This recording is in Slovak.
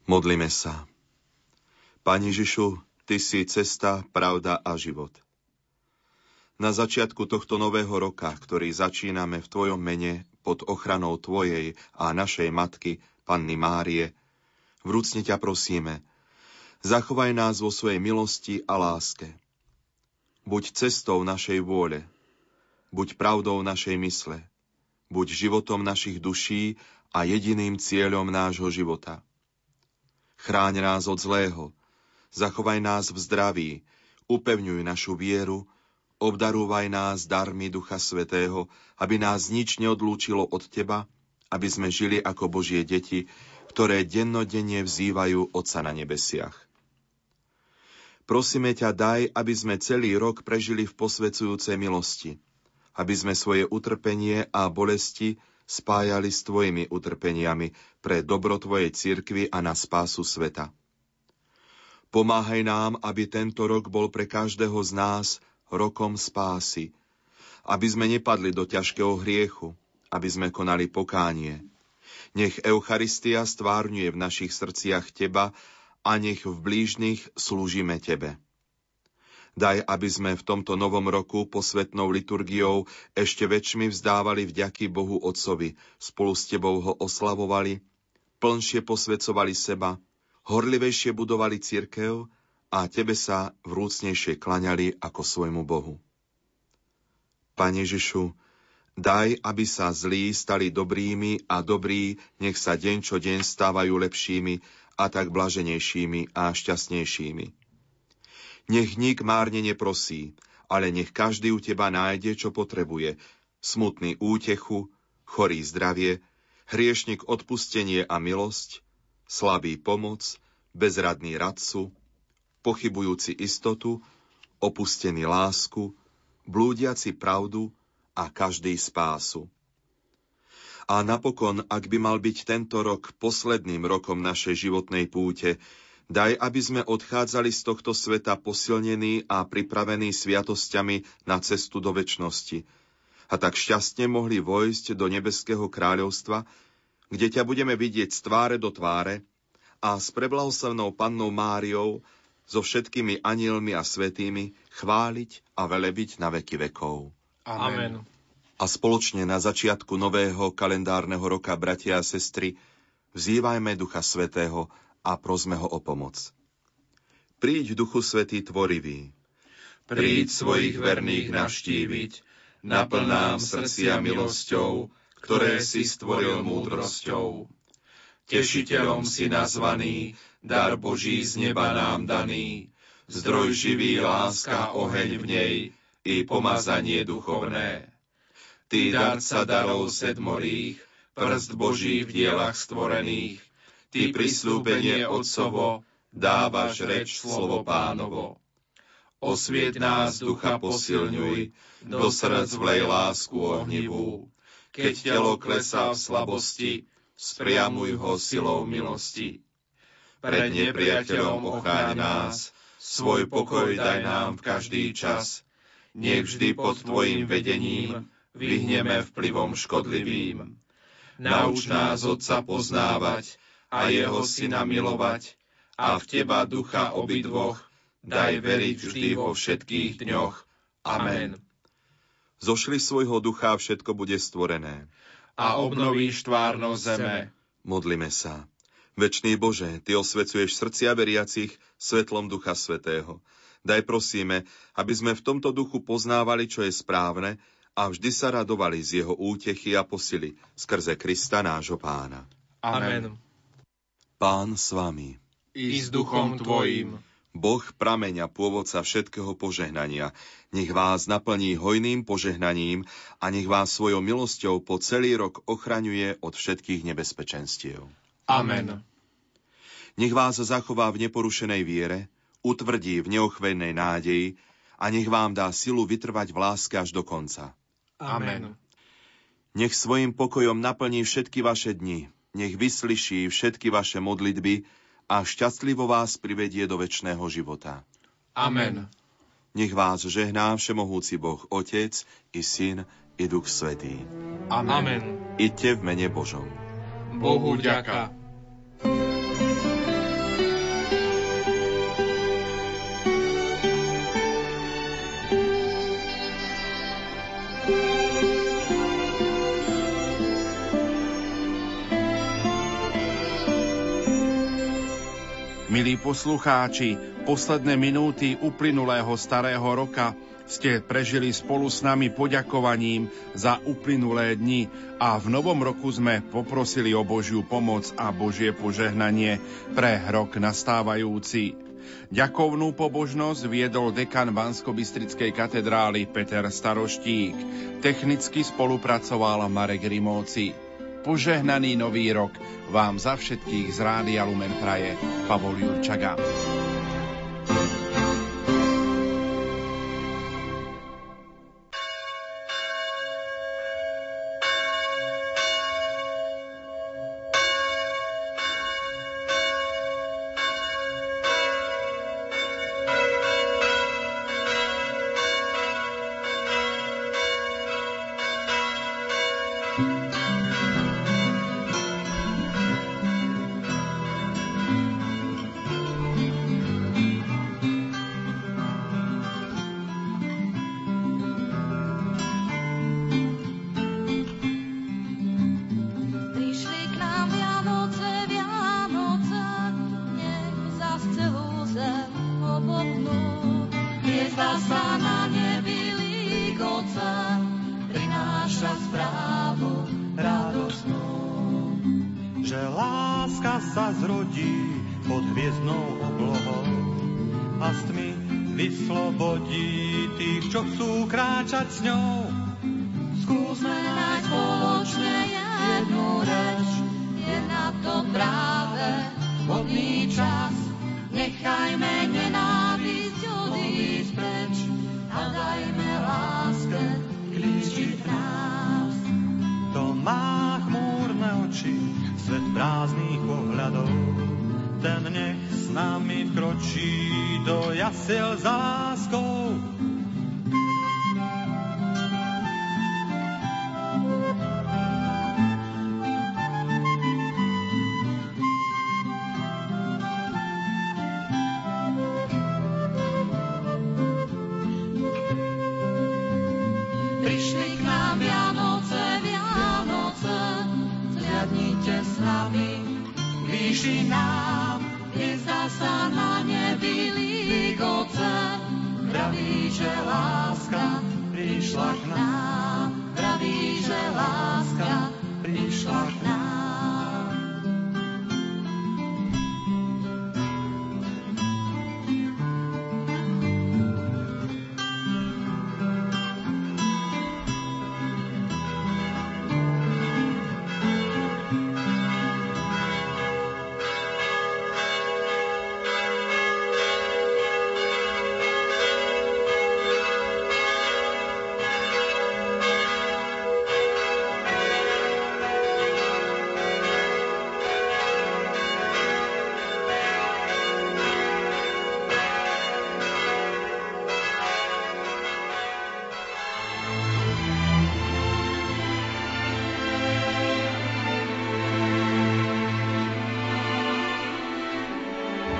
Modlime sa. Pane Ježišu, Ty si cesta, pravda a život. Na začiatku tohto nového roka, ktorý začíname v Tvojom mene pod ochranou Tvojej a našej matky, Panny Márie, vrúcne ťa prosíme, zachovaj nás vo svojej milosti a láske. Buď cestou našej vôle, buď pravdou našej mysle, buď životom našich duší a jediným cieľom nášho života. Chráň nás od zlého, zachovaj nás v zdraví, upevňuj našu vieru, obdarúvaj nás darmi Ducha Svätého, aby nás nič neodlúčilo od Teba, aby sme žili ako Božie deti, ktoré dennodenne vzývajú Otca na nebesiach. Prosíme ťa, daj, aby sme celý rok prežili v posvedzujúcej milosti, aby sme svoje utrpenie a bolesti spájali s Tvojimi utrpeniami pre dobro Tvojej cirkvi a na spásu sveta. Pomáhaj nám, aby tento rok bol pre každého z nás rokom spásy, aby sme nepadli do ťažkého hriechu, aby sme konali pokánie. Nech Eucharistia stvárňuje v našich srdciach Teba a nech v blížnych slúžime Tebe. Daj, aby sme v tomto novom roku posvätnou liturgiou ešte väčšmi vzdávali vďaky Bohu Otcovi, spolu s Tebou ho oslavovali, plnšie posväcovali seba, horlivejšie budovali cirkev a Tebe sa vrúcnejšie klaňali ako svojmu Bohu. Pane Ježišu, daj, aby sa zlí stali dobrými a dobrí nech sa deň čo deň stávajú lepšími a tak blaženejšími a šťastnejšími. Nech nik márne neprosí, ale nech každý u Teba nájde, čo potrebuje. Smutný útechu, chorý zdravie, hriešnik odpustenie a milosť, slabý pomoc, bezradný radcu, pochybujúci istotu, opustený lásku, blúdiaci pravdu a každý spásu. A napokon, ak by mal byť tento rok posledným rokom našej životnej púte, daj, aby sme odchádzali z tohto sveta posilnení a pripravení sviatosťami na cestu do večnosti a tak šťastne mohli vojsť do nebeského kráľovstva, kde ťa budeme vidieť z tváre do tváre a s preblahoslavenou Pannou Máriou, so všetkými anjelmi a svätými chváliť a velebiť na veky vekov. Amen. A spoločne na začiatku nového kalendárneho roka, bratia a sestry, vzývajme Ducha Svätého a prosme ho o pomoc. Príď, Duchu Svätý tvorivý. Príď svojich verných navštíviť, naplň nám srdcia milosťou, ktoré si stvoril múdrosťou. Tešiteľom si nazvaný, dar Boží z neba nám daný, zdroj živý, láska, oheň v nej i pomazanie duchovné. Ty, darca darov sedmorých, prst Boží v dielach stvorených, Ty prisľúbenie Otcovo, dávaš reč slovo Pánovo. Osviet nás, ducha posilňuj, do srdc vlej lásku ohnivú. Keď telo klesá v slabosti, spriamuj ho silou milosti. Pred nepriateľom ochráň nás, svoj pokoj daj nám v každý čas. Nech vždy pod Tvojim vedením vyhneme vplyvom škodlivým. Nauč nás Otca poznávať a jeho Syna milovať a v Teba Ducha obidvoch daj veriť vždy vo všetkých dňoch. Amen. Zošli svojho ducha a všetko bude stvorené. A obnovíš tvárnosť zeme. Modlime sa. Večný Bože, Ty osvecuješ srdcia veriacich svetlom Ducha Svätého. Daj prosíme, aby sme v tomto duchu poznávali, čo je správne a vždy sa radovali z jeho útechy a posily skrze Krista nášho Pána. Amen. Pán s vami. I s duchom tvojim. Boh prameň a pôvodca všetkého požehnania, nech vás naplní hojným požehnaním a nech vás svojou milosťou po celý rok ochraňuje od všetkých nebezpečenstiev. Amen. Nech vás zachová v neporušenej viere, utvrdí v neochvejnej nádeji a nech vám dá silu vytrvať v láske až do konca. Amen. Nech svojim pokojom naplní všetky vaše dni, nech vyslyší všetky vaše modlitby a šťastlivo vás privedie do večného života. Amen. Nech vás žehná všemohúci Boh, Otec i Syn i Duch Svätý. Amen. Iďte v mene Božom. Bohu ďaká. Milí poslucháči, posledné minúty uplynulého starého roka ste prežili spolu s nami poďakovaním za uplynulé dni a v novom roku sme poprosili o Božiu pomoc a Božie požehnanie pre rok nastávajúci. Ďakovnú pobožnosť viedol dekan Banskobystrickej katedrály Peter Staroštík. Technicky spolupracoval Marek Rimóci. Požehnaný nový rok vám za všetkých z Rádia Lumen praje Pavol Jurčaga. Čo chcú kráčať s ňou. Skúsme nájsť spoločne jednu reč, je na to práve vhodný čas. Nechajme nenávisť odísť preč a dajme láske klíčiť nás. To má chmúrne oči, svet prázdnych pohľadov, ten nech s nami vkročí do jasiel za láskou. Prišli k nám Vianoce, Vianoce, zliadnite s nami, výši nám, hviezda sa na nebi lígoce, vraví, že láska prišla k nám, vraví, že láska prišla k nám.